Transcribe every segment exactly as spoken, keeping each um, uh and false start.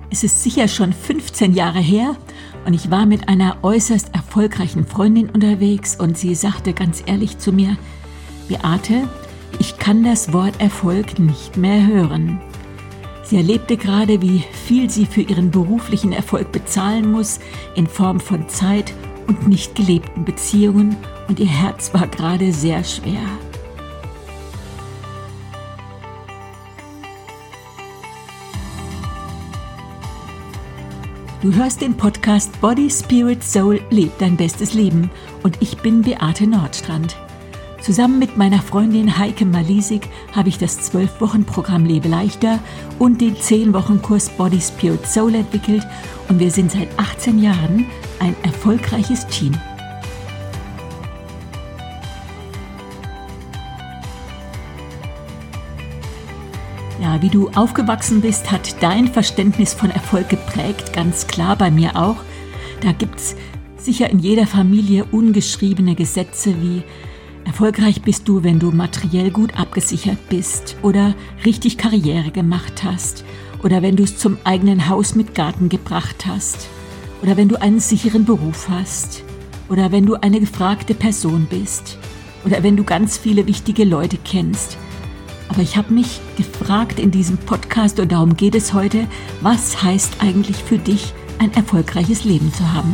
Es ist sicher schon fünfzehn Jahre her und ich war mit einer äußerst erfolgreichen Freundin unterwegs und sie sagte ganz ehrlich zu mir: Beate, ich kann das Wort Erfolg nicht mehr hören. Sie erlebte gerade, wie viel sie für ihren beruflichen Erfolg bezahlen muss in Form von Zeit und nicht gelebten Beziehungen, und ihr Herz war gerade sehr schwer. Du hörst den Podcast Body, Spirit, Soul, leb dein bestes Leben, und ich bin Beate Nordstrand. Zusammen mit meiner Freundin Heike Malisik habe ich das zwölf Wochen Programm Lebe leichter und den zehn Wochen Kurs Body, Spirit, Soul entwickelt, und wir sind seit achtzehn Jahren ein erfolgreiches Team. Ja, wie du aufgewachsen bist, hat dein Verständnis von Erfolg geprägt, ganz klar, bei mir auch. Da gibt's sicher in jeder Familie ungeschriebene Gesetze wie: erfolgreich bist du, wenn du materiell gut abgesichert bist oder richtig Karriere gemacht hast oder wenn du es zum eigenen Haus mit Garten gebracht hast oder wenn du einen sicheren Beruf hast oder wenn du eine gefragte Person bist oder wenn du ganz viele wichtige Leute kennst. Aber ich habe mich gefragt in diesem Podcast, und darum geht es heute: Was heißt eigentlich für dich, ein erfolgreiches Leben zu haben?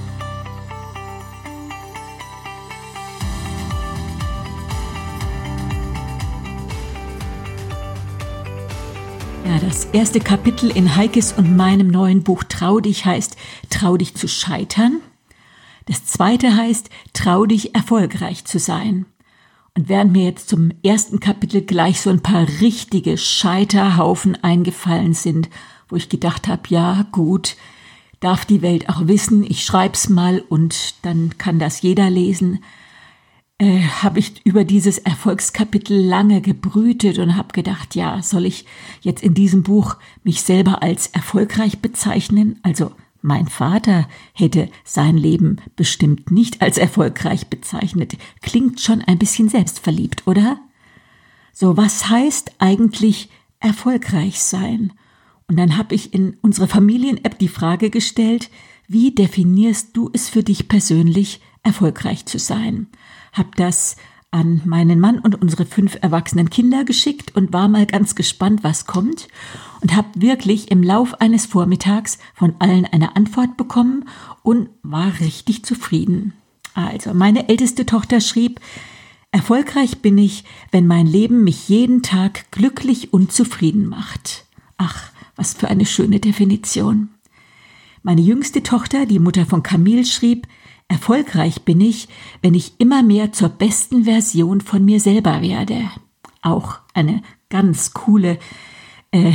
Ja, das erste Kapitel in Heikes und meinem neuen Buch Trau dich heißt Trau dich zu scheitern. Das zweite heißt Trau dich erfolgreich zu sein. Und während mir jetzt zum ersten Kapitel gleich so ein paar richtige Scheiterhaufen eingefallen sind, wo ich gedacht habe, ja gut, darf die Welt auch wissen, ich schreib's mal und dann kann das jeder lesen, äh, habe ich über dieses Erfolgskapitel lange gebrütet und habe gedacht, ja, soll ich jetzt in diesem Buch mich selber als erfolgreich bezeichnen? Also mein Vater hätte sein Leben bestimmt nicht als erfolgreich bezeichnet. Klingt schon ein bisschen selbstverliebt, oder? So, was heißt eigentlich erfolgreich sein? Und dann habe ich in unsere Familien-App die Frage gestellt: Wie definierst du es für dich persönlich, erfolgreich zu sein? Hab das an meinen Mann und unsere fünf erwachsenen Kinder geschickt und war mal ganz gespannt, was kommt, und habe wirklich im Lauf eines Vormittags von allen eine Antwort bekommen und war richtig zufrieden. Also, meine älteste Tochter schrieb: Erfolgreich bin ich, wenn mein Leben mich jeden Tag glücklich und zufrieden macht. Ach, was für eine schöne Definition. Meine jüngste Tochter, die Mutter von Camille, schrieb: Erfolgreich bin ich, wenn ich immer mehr zur besten Version von mir selber werde. Auch eine ganz coole äh,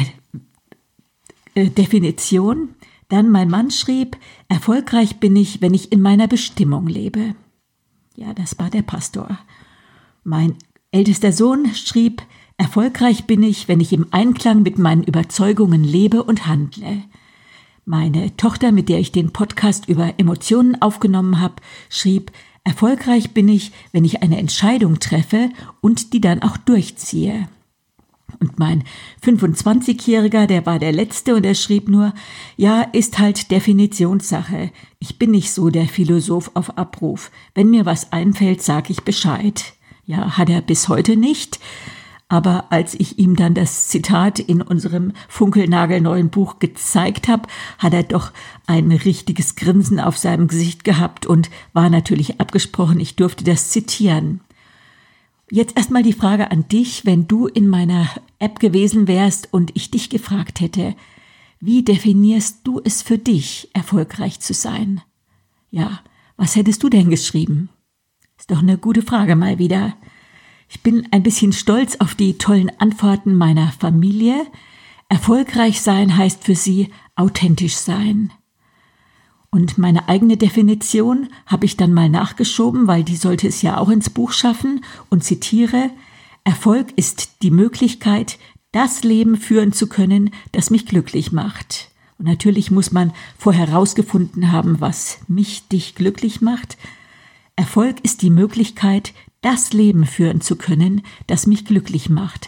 äh, Definition. Dann mein Mann schrieb: Erfolgreich bin ich, wenn ich in meiner Bestimmung lebe. Ja, das war der Pastor. Mein ältester Sohn schrieb: Erfolgreich bin ich, wenn ich im Einklang mit meinen Überzeugungen lebe und handle. Meine Tochter, mit der ich den Podcast über Emotionen aufgenommen habe, schrieb: Erfolgreich bin ich, wenn ich eine Entscheidung treffe und die dann auch durchziehe. Und mein fünfundzwanzigjähriger, der war der Letzte, und er schrieb nur: Ja, ist halt Definitionssache. Ich bin nicht so der Philosoph auf Abruf. Wenn mir was einfällt, sag ich Bescheid. Ja, hat er bis heute nicht. Aber als ich ihm dann das Zitat in unserem funkelnagelneuen Buch gezeigt habe, hat er doch ein richtiges Grinsen auf seinem Gesicht gehabt und war natürlich abgesprochen, ich durfte das zitieren. Jetzt erstmal die Frage an dich: Wenn du in meiner App gewesen wärst und ich dich gefragt hätte: Wie definierst du es für dich, erfolgreich zu sein? Ja, was hättest du denn geschrieben? Ist doch eine gute Frage mal wieder. Ich bin ein bisschen stolz auf die tollen Antworten meiner Familie. Erfolgreich sein heißt für sie authentisch sein. Und meine eigene Definition habe ich dann mal nachgeschoben, weil die sollte es ja auch ins Buch schaffen, und zitiere: Erfolg ist die Möglichkeit, das Leben führen zu können, das mich glücklich macht. Und natürlich muss man vorher herausgefunden haben, was mich, dich glücklich macht. Erfolg ist die Möglichkeit, das Leben führen zu können, das mich glücklich macht.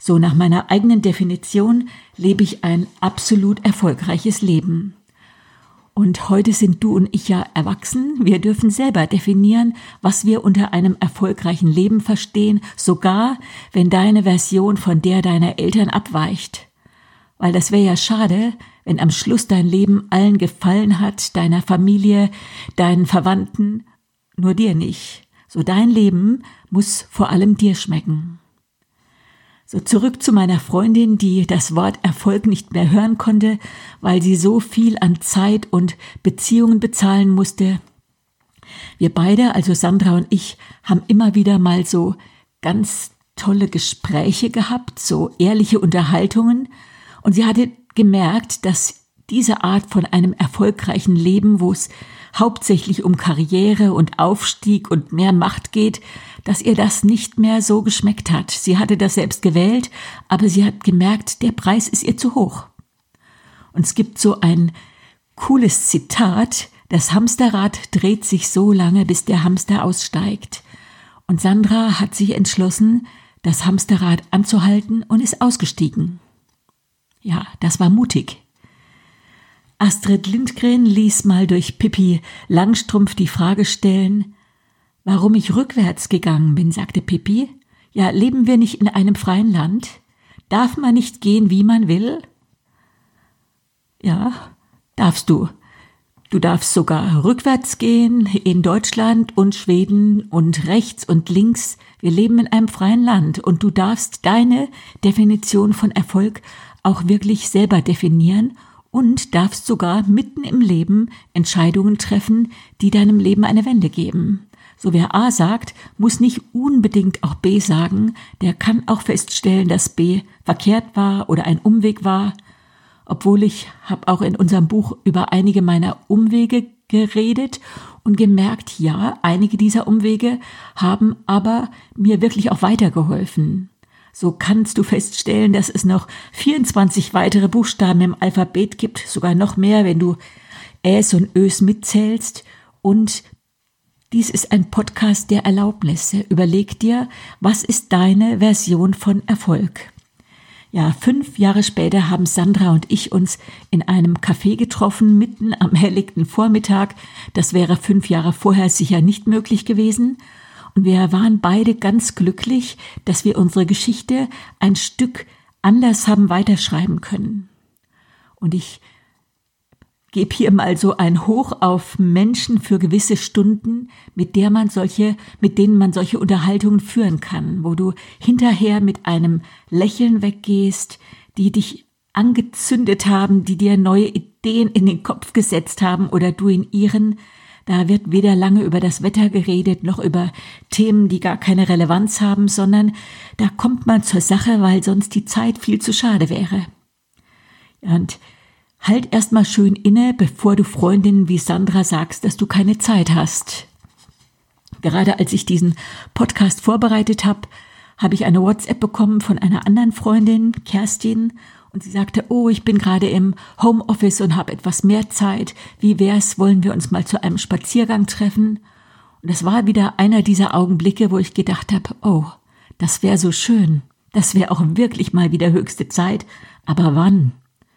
So nach meiner eigenen Definition lebe ich ein absolut erfolgreiches Leben. Und heute sind du und ich ja erwachsen. Wir dürfen selber definieren, was wir unter einem erfolgreichen Leben verstehen, sogar wenn deine Version von der deiner Eltern abweicht. Weil das wäre ja schade, wenn am Schluss dein Leben allen gefallen hat, deiner Familie, deinen Verwandten, nur dir nicht. So dein Leben muss vor allem dir schmecken. So zurück zu meiner Freundin, die das Wort Erfolg nicht mehr hören konnte, weil sie so viel an Zeit und Beziehungen bezahlen musste. Wir beide, also Sandra und ich, haben immer wieder mal so ganz tolle Gespräche gehabt, so ehrliche Unterhaltungen. Und sie hatte gemerkt, dass diese Art von einem erfolgreichen Leben, wo es hauptsächlich um Karriere und Aufstieg und mehr Macht geht, dass ihr das nicht mehr so geschmeckt hat. Sie hatte das selbst gewählt, aber sie hat gemerkt, der Preis ist ihr zu hoch. Und es gibt so ein cooles Zitat: Das Hamsterrad dreht sich so lange, bis der Hamster aussteigt. Und Sandra hat sich entschlossen, das Hamsterrad anzuhalten und ist ausgestiegen. Ja, das war mutig. Astrid Lindgren ließ mal durch Pippi Langstrumpf die Frage stellen, warum ich rückwärts gegangen bin, sagte Pippi. Ja, leben wir nicht in einem freien Land? Darf man nicht gehen, wie man will? Ja, darfst du. Du darfst sogar rückwärts gehen in Deutschland und Schweden und rechts und links. Wir leben in einem freien Land und du darfst deine Definition von Erfolg auch wirklich selber definieren und darfst sogar mitten im Leben Entscheidungen treffen, die deinem Leben eine Wende geben. So wer A sagt, muss nicht unbedingt auch B sagen, der kann auch feststellen, dass B verkehrt war oder ein Umweg war. Obwohl ich habe auch in unserem Buch über einige meiner Umwege geredet und gemerkt, ja, einige dieser Umwege haben aber mir wirklich auch weitergeholfen. So kannst du feststellen, dass es noch vierundzwanzig weitere Buchstaben im Alphabet gibt, sogar noch mehr, wenn du Äs und Ös mitzählst. Und dies ist ein Podcast der Erlaubnisse. Überleg dir, was ist deine Version von Erfolg? Ja, fünf Jahre später haben Sandra und ich uns in einem Café getroffen, mitten am helllichten Vormittag. Das wäre fünf Jahre vorher sicher nicht möglich gewesen. Und wir waren beide ganz glücklich, dass wir unsere Geschichte ein Stück anders haben weiterschreiben können. Und ich gebe hier mal so ein Hoch auf Menschen für gewisse Stunden, mit der man solche, mit denen man solche Unterhaltungen führen kann, wo du hinterher mit einem Lächeln weggehst, die dich angezündet haben, die dir neue Ideen in den Kopf gesetzt haben oder du in ihren. Da wird weder lange über das Wetter geredet, noch über Themen, die gar keine Relevanz haben, sondern da kommt man zur Sache, weil sonst die Zeit viel zu schade wäre. Und halt erstmal schön inne, bevor du Freundinnen wie Sandra sagst, dass du keine Zeit hast. Gerade als ich diesen Podcast vorbereitet habe, habe ich eine WhatsApp bekommen von einer anderen Freundin, Kerstin, und sie sagte, oh, ich bin gerade im Homeoffice und habe etwas mehr Zeit. Wie wär's, wollen wir uns mal zu einem Spaziergang treffen? Und das war wieder einer dieser Augenblicke, wo ich gedacht habe, oh, das wäre so schön. Das wäre auch wirklich mal wieder höchste Zeit. Aber wann?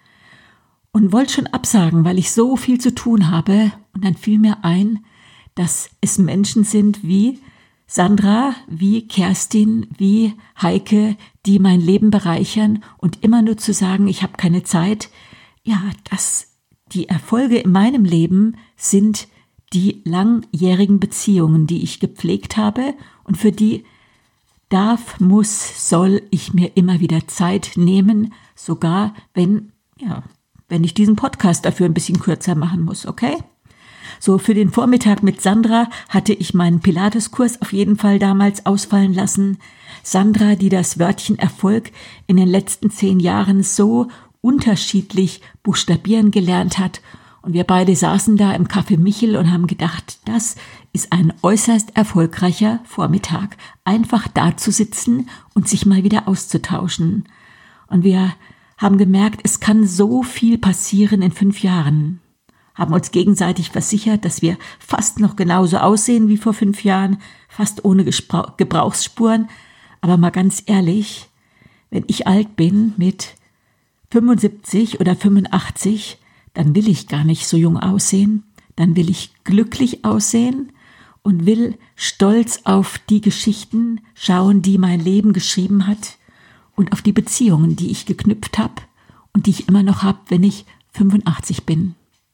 Und wollte schon absagen, weil ich so viel zu tun habe. Und dann fiel mir ein, dass es Menschen sind wie Sandra, wie Kerstin, wie Heike, die mein Leben bereichern, und immer nur zu sagen, ich habe keine Zeit, ja, dass die Erfolge in meinem Leben sind die langjährigen Beziehungen, die ich gepflegt habe und für die darf, muss, soll ich mir immer wieder Zeit nehmen, sogar wenn, ja, wenn ich diesen Podcast dafür ein bisschen kürzer machen muss, okay? So, für den Vormittag mit Sandra hatte ich meinen Pilates-Kurs auf jeden Fall damals ausfallen lassen. Sandra, die das Wörtchen Erfolg in den letzten zehn Jahren so unterschiedlich buchstabieren gelernt hat. Und wir beide saßen da im Café Michel und haben gedacht, das ist ein äußerst erfolgreicher Vormittag. Einfach da zu sitzen und sich mal wieder auszutauschen. Und wir haben gemerkt, es kann so viel passieren in fünf Jahren. Haben uns gegenseitig versichert, dass wir fast noch genauso aussehen wie vor fünf Jahren, fast ohne Gespra- Gebrauchsspuren. Aber mal ganz ehrlich, wenn ich alt bin mit fünfundsiebzig oder fünfundachtzig, dann will ich gar nicht so jung aussehen, dann will ich glücklich aussehen und will stolz auf die Geschichten schauen, die mein Leben geschrieben hat und auf die Beziehungen, die ich geknüpft habe und die ich immer noch habe, wenn ich fünfundachtzig bin.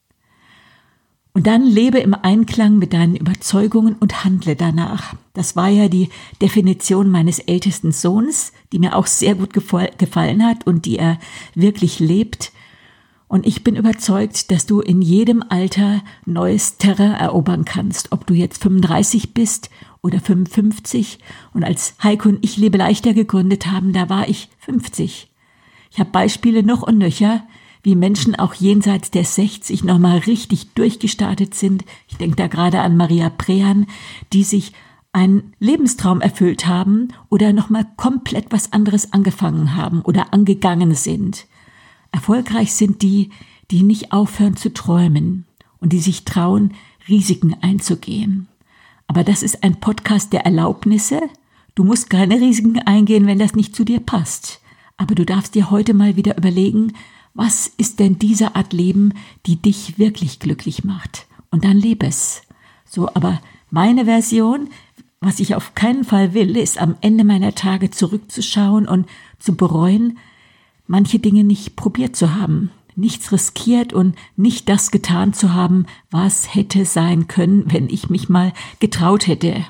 Und dann lebe im Einklang mit deinen Überzeugungen und handle danach. Das war ja die Definition meines ältesten Sohns, die mir auch sehr gut gefallen hat und die er wirklich lebt. Und ich bin überzeugt, dass du in jedem Alter neues Terrain erobern kannst, ob du jetzt fünfunddreißig bist oder fünfundfünfzig. Und als Heiko und ich Lebe leichter gegründet haben, da war ich fünfzig. Ich habe Beispiele noch und nöcher, wie Menschen auch jenseits der sechzig nochmal richtig durchgestartet sind. Ich denke da gerade an Maria Prean, die sich einen Lebenstraum erfüllt haben oder nochmal komplett was anderes angefangen haben oder angegangen sind. Erfolgreich sind die, die nicht aufhören zu träumen und die sich trauen, Risiken einzugehen. Aber das ist ein Podcast der Erlaubnisse. Du musst keine Risiken eingehen, wenn das nicht zu dir passt. Aber du darfst dir heute mal wieder überlegen, was ist denn diese Art Leben, die dich wirklich glücklich macht? Und dann lebe es. So, aber meine Version, was ich auf keinen Fall will, ist am Ende meiner Tage zurückzuschauen und zu bereuen, manche Dinge nicht probiert zu haben, nichts riskiert und nicht das getan zu haben, was hätte sein können, wenn ich mich mal getraut hätte.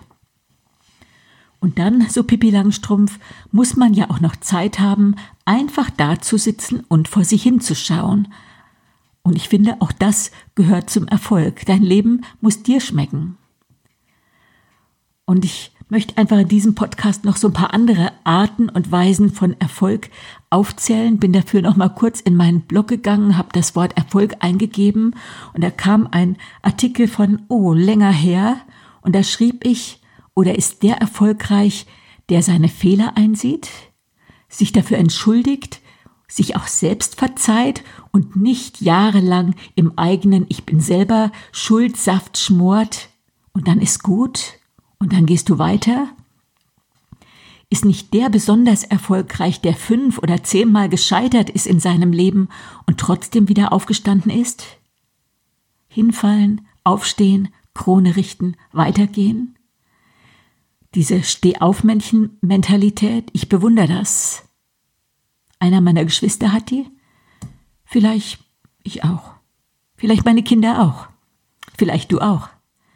Und dann, so Pippi Langstrumpf, muss man ja auch noch Zeit haben, einfach da zu sitzen und vor sich hinzuschauen. Und ich finde, auch das gehört zum Erfolg. Dein Leben muss dir schmecken. Und ich möchte einfach in diesem Podcast noch so ein paar andere Arten und Weisen von Erfolg aufzählen. Bin dafür noch mal kurz in meinen Blog gegangen, habe das Wort Erfolg eingegeben und da kam ein Artikel von, oh, länger her. Und da schrieb ich, oder ist der erfolgreich, der seine Fehler einsieht, sich dafür entschuldigt, sich auch selbst verzeiht und nicht jahrelang im eigenen Ich bin selber Schuldsaft schmort und dann ist gut und dann gehst du weiter? Ist nicht der besonders erfolgreich, der fünf oder zehnmal gescheitert ist in seinem Leben und trotzdem wieder aufgestanden ist? Hinfallen, aufstehen, Krone richten, weitergehen? Diese Steh-auf-Männchen-Mentalität, ich bewundere das. Einer meiner Geschwister hat die, vielleicht ich auch, vielleicht meine Kinder auch, vielleicht du auch.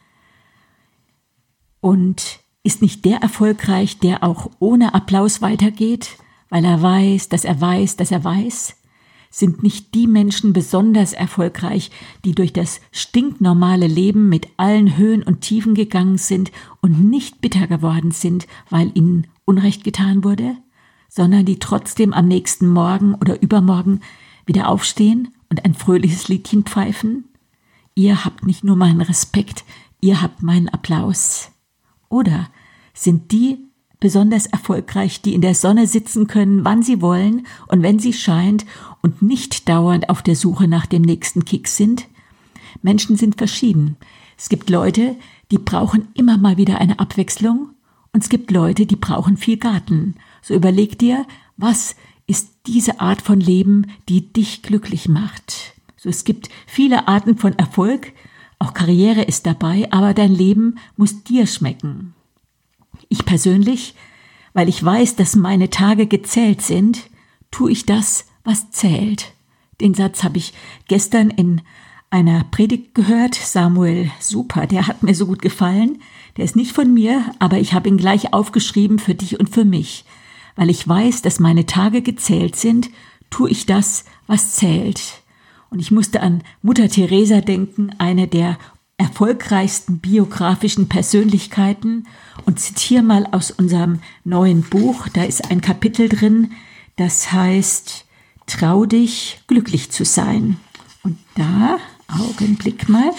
Und ist nicht der erfolgreich, der auch ohne Applaus weitergeht, weil er weiß, dass er weiß, dass er weiß? Sind nicht die Menschen besonders erfolgreich, die durch das stinknormale Leben mit allen Höhen und Tiefen gegangen sind und nicht bitter geworden sind, weil ihnen Unrecht getan wurde, sondern die trotzdem am nächsten Morgen oder übermorgen wieder aufstehen und ein fröhliches Liedchen pfeifen? Ihr habt nicht nur meinen Respekt, ihr habt meinen Applaus. Oder sind die besonders erfolgreich, die in der Sonne sitzen können, wann sie wollen und wenn sie scheint und nicht dauernd auf der Suche nach dem nächsten Kick sind? Menschen sind verschieden. Es gibt Leute, die brauchen immer mal wieder eine Abwechslung und es gibt Leute, die brauchen viel Garten. So überleg dir, was ist diese Art von Leben, die dich glücklich macht? So, es gibt viele Arten von Erfolg, auch Karriere ist dabei, aber dein Leben muss dir schmecken. Ich persönlich, weil ich weiß, dass meine Tage gezählt sind, tue ich das, was zählt. Den Satz habe ich gestern in einer Predigt gehört. Samuel, super, der hat mir so gut gefallen. Der ist nicht von mir, aber ich habe ihn gleich aufgeschrieben für dich und für mich. Weil ich weiß, dass meine Tage gezählt sind, tue ich das, was zählt. Und ich musste an Mutter Teresa denken, eine der erfolgreichsten biografischen Persönlichkeiten, und zitiere mal aus unserem neuen Buch. Da ist ein Kapitel drin, das heißt, trau dich, glücklich zu sein. Und da, Augenblick mal,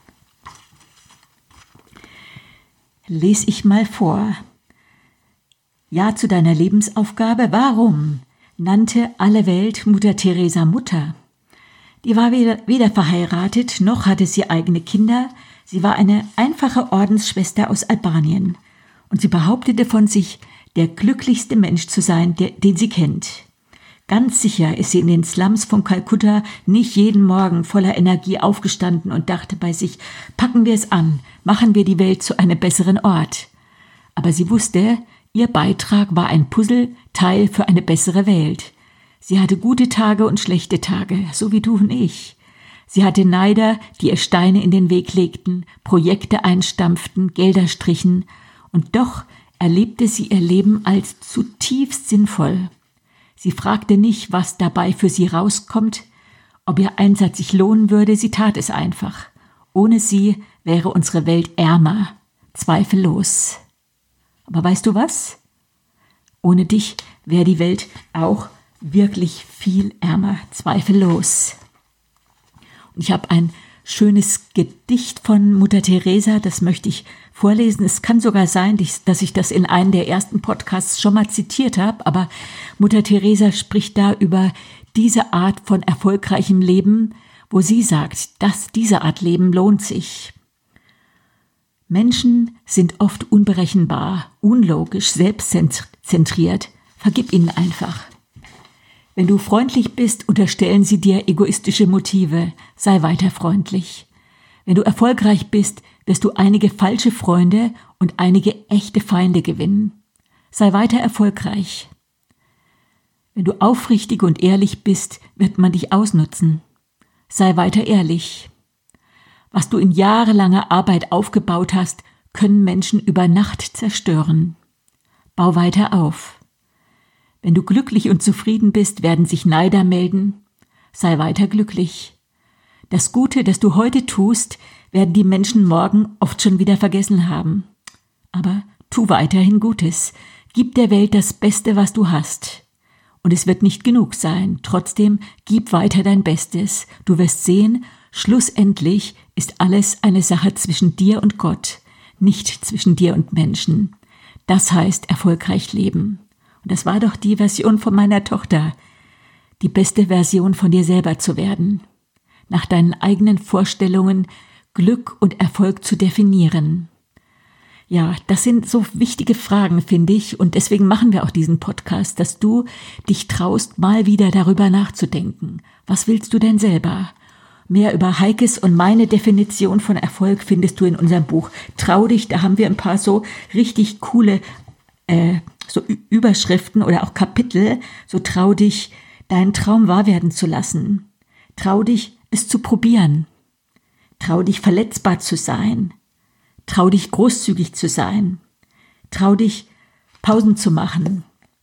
lese ich mal vor. Ja zu deiner Lebensaufgabe, warum nannte alle Welt Mutter Teresa Mutter? Die war weder, weder verheiratet, noch hatte sie eigene Kinder. Sie war eine einfache Ordensschwester aus Albanien. Und sie behauptete von sich, der glücklichste Mensch zu sein, der, den sie kennt. Ganz sicher ist sie in den Slums von Kalkutta nicht jeden Morgen voller Energie aufgestanden und dachte bei sich, packen wir es an, machen wir die Welt zu einem besseren Ort. Aber sie wusste, ihr Beitrag war ein Puzzleteil für eine bessere Welt. Sie hatte gute Tage und schlechte Tage, so wie du und ich. Sie hatte Neider, die ihr Steine in den Weg legten, Projekte einstampften, Gelder strichen, und doch erlebte sie ihr Leben als zutiefst sinnvoll. Sie fragte nicht, was dabei für sie rauskommt, ob ihr Einsatz sich lohnen würde, sie tat es einfach. Ohne sie wäre unsere Welt ärmer, zweifellos. Aber weißt du was? Ohne dich wäre die Welt auch wirklich viel ärmer, zweifellos. Und ich habe ein schönes Gedicht von Mutter Teresa, das möchte ich vorlesen. Es kann sogar sein, dass ich das in einem der ersten Podcasts schon mal zitiert habe, aber Mutter Teresa spricht da über diese Art von erfolgreichem Leben, wo sie sagt, dass diese Art Leben lohnt sich. Menschen sind oft unberechenbar, unlogisch, selbstzentriert. Vergib ihnen einfach. Wenn du freundlich bist, unterstellen sie dir egoistische Motive. Sei weiter freundlich. Wenn du erfolgreich bist, wirst du einige falsche Freunde und einige echte Feinde gewinnen. Sei weiter erfolgreich. Wenn du aufrichtig und ehrlich bist, wird man dich ausnutzen. Sei weiter ehrlich. Was du in jahrelanger Arbeit aufgebaut hast, können Menschen über Nacht zerstören. Bau weiter auf. Wenn du glücklich und zufrieden bist, werden sich Neider melden. Sei weiter glücklich. Das Gute, das du heute tust, werden die Menschen morgen oft schon wieder vergessen haben. Aber tu weiterhin Gutes. Gib der Welt das Beste, was du hast. Und es wird nicht genug sein. Trotzdem gib weiter dein Bestes. Du wirst sehen, schlussendlich ist alles eine Sache zwischen dir und Gott, nicht zwischen dir und Menschen. Das heißt erfolgreich leben. Und das war doch die Version von meiner Tochter, die beste Version von dir selber zu werden, nach deinen eigenen Vorstellungen Glück und Erfolg zu definieren. Ja, das sind so wichtige Fragen, finde ich, und deswegen machen wir auch diesen Podcast, dass du dich traust, mal wieder darüber nachzudenken. Was willst du denn selber? Mehr über Heikes und meine Definition von Erfolg findest du in unserem Buch Trau dich, da haben wir ein paar so richtig coole äh, so Überschriften oder auch Kapitel, so trau dich, deinen Traum wahr werden zu lassen. Trau dich, es zu probieren. Trau dich, verletzbar zu sein. Trau dich, großzügig zu sein. Trau dich, Pausen zu machen.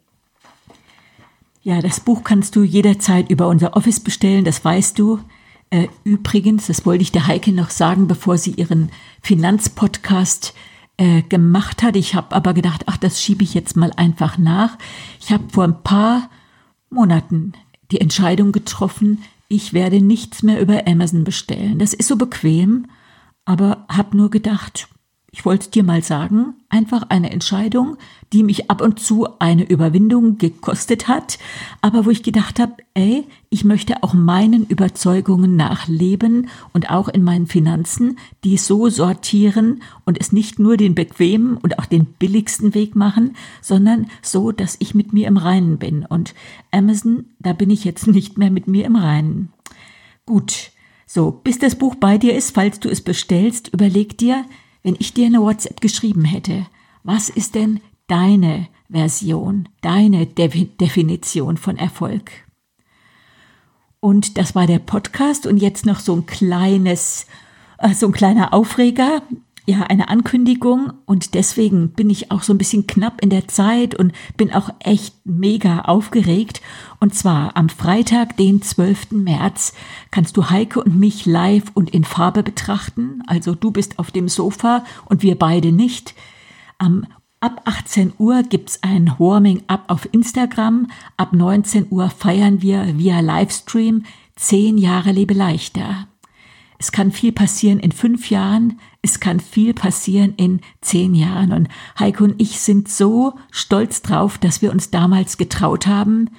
Ja, das Buch kannst du jederzeit über unser Office bestellen, das weißt du. Äh, übrigens, das wollte ich der Heike noch sagen, bevor sie ihren Finanzpodcast äh, gemacht hat. Ich habe aber gedacht, ach, das schiebe ich jetzt mal einfach nach. Ich habe vor ein paar Monaten die Entscheidung getroffen, ich werde nichts mehr über Amazon bestellen. Das ist so bequem, aber habe nur gedacht, ich wollte es dir mal sagen, einfach eine Entscheidung, die mich ab und zu eine Überwindung gekostet hat, aber wo ich gedacht habe, ey, ich möchte auch meinen Überzeugungen nachleben und auch in meinen Finanzen die so sortieren und es nicht nur den bequemen und auch den billigsten Weg machen, sondern so, dass ich mit mir im Reinen bin. Und Amazon, da bin ich jetzt nicht mehr mit mir im Reinen. Gut, so, bis das Buch bei dir ist, falls du es bestellst, überleg dir, wenn ich dir eine WhatsApp geschrieben hätte, was ist denn deine Version, deine De- Definition von Erfolg? Und das war der Podcast und jetzt noch so ein kleines, äh, so ein kleiner Aufreger, ja, eine Ankündigung, und deswegen bin ich auch so ein bisschen knapp in der Zeit und bin auch echt mega aufgeregt. Und zwar am Freitag, den zwölften März, kannst du Heike und mich live und in Farbe betrachten. Also du bist auf dem Sofa und wir beide nicht. Am Ab achtzehn Uhr gibt's ein Warming-up auf Instagram. Ab neunzehn Uhr feiern wir via Livestream zehn Jahre Lebe leichter. Es kann viel passieren in fünf Jahren, es kann viel passieren in zehn Jahren. Und Heike und ich sind so stolz drauf, dass wir uns damals getraut haben.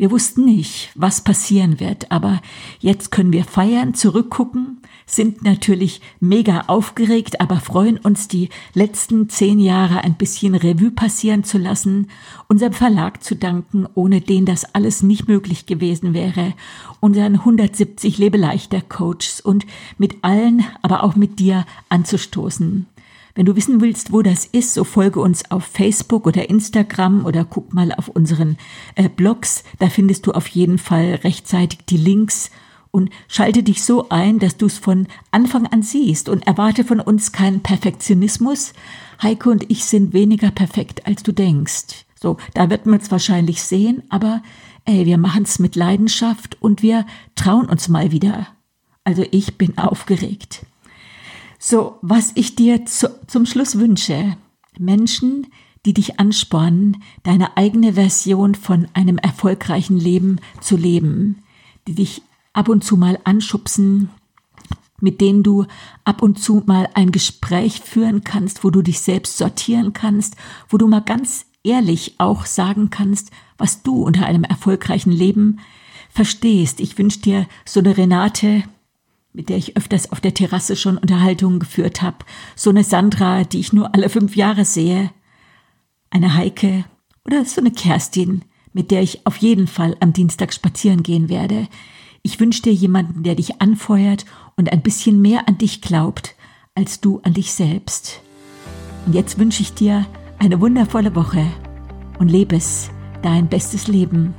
Wir wussten nicht, was passieren wird, aber jetzt können wir feiern, zurückgucken, sind natürlich mega aufgeregt, aber freuen uns, die letzten zehn Jahre ein bisschen Revue passieren zu lassen, unserem Verlag zu danken, ohne den das alles nicht möglich gewesen wäre, unseren hundertsiebzig Lebeleichter-Coaches und mit allen, aber auch mit dir anzustoßen. Wenn du wissen willst, wo das ist, so folge uns auf Facebook oder Instagram oder guck mal auf unseren äh, Blogs. Da findest du auf jeden Fall rechtzeitig die Links und schalte dich so ein, dass du es von Anfang an siehst und erwarte von uns keinen Perfektionismus. Heike und ich sind weniger perfekt, als du denkst. So, da wird man es wahrscheinlich sehen, aber ey, wir machen es mit Leidenschaft und wir trauen uns mal wieder. Also ich bin aufgeregt. So, was ich dir zu, zum Schluss wünsche, Menschen, die dich anspornen, deine eigene Version von einem erfolgreichen Leben zu leben, die dich ab und zu mal anschubsen, mit denen du ab und zu mal ein Gespräch führen kannst, wo du dich selbst sortieren kannst, wo du mal ganz ehrlich auch sagen kannst, was du unter einem erfolgreichen Leben verstehst. Ich wünsche dir so eine Renate, mit der ich öfters auf der Terrasse schon Unterhaltungen geführt habe, so eine Sandra, die ich nur alle fünf Jahre sehe, eine Heike oder so eine Kerstin, mit der ich auf jeden Fall am Dienstag spazieren gehen werde. Ich wünsche dir jemanden, der dich anfeuert und ein bisschen mehr an dich glaubt, als du an dich selbst. Und jetzt wünsche ich dir eine wundervolle Woche und lebe es, dein bestes Leben.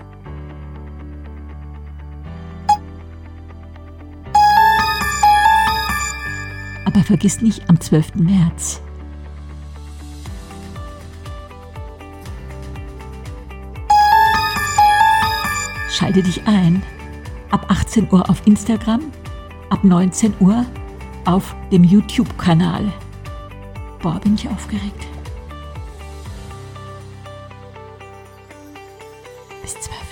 Aber vergiss nicht am zwölften März. Schalte dich ein. Ab achtzehn Uhr auf Instagram, ab neunzehn Uhr auf dem YouTube-Kanal. Boah, bin ich aufgeregt. Bis zwölf.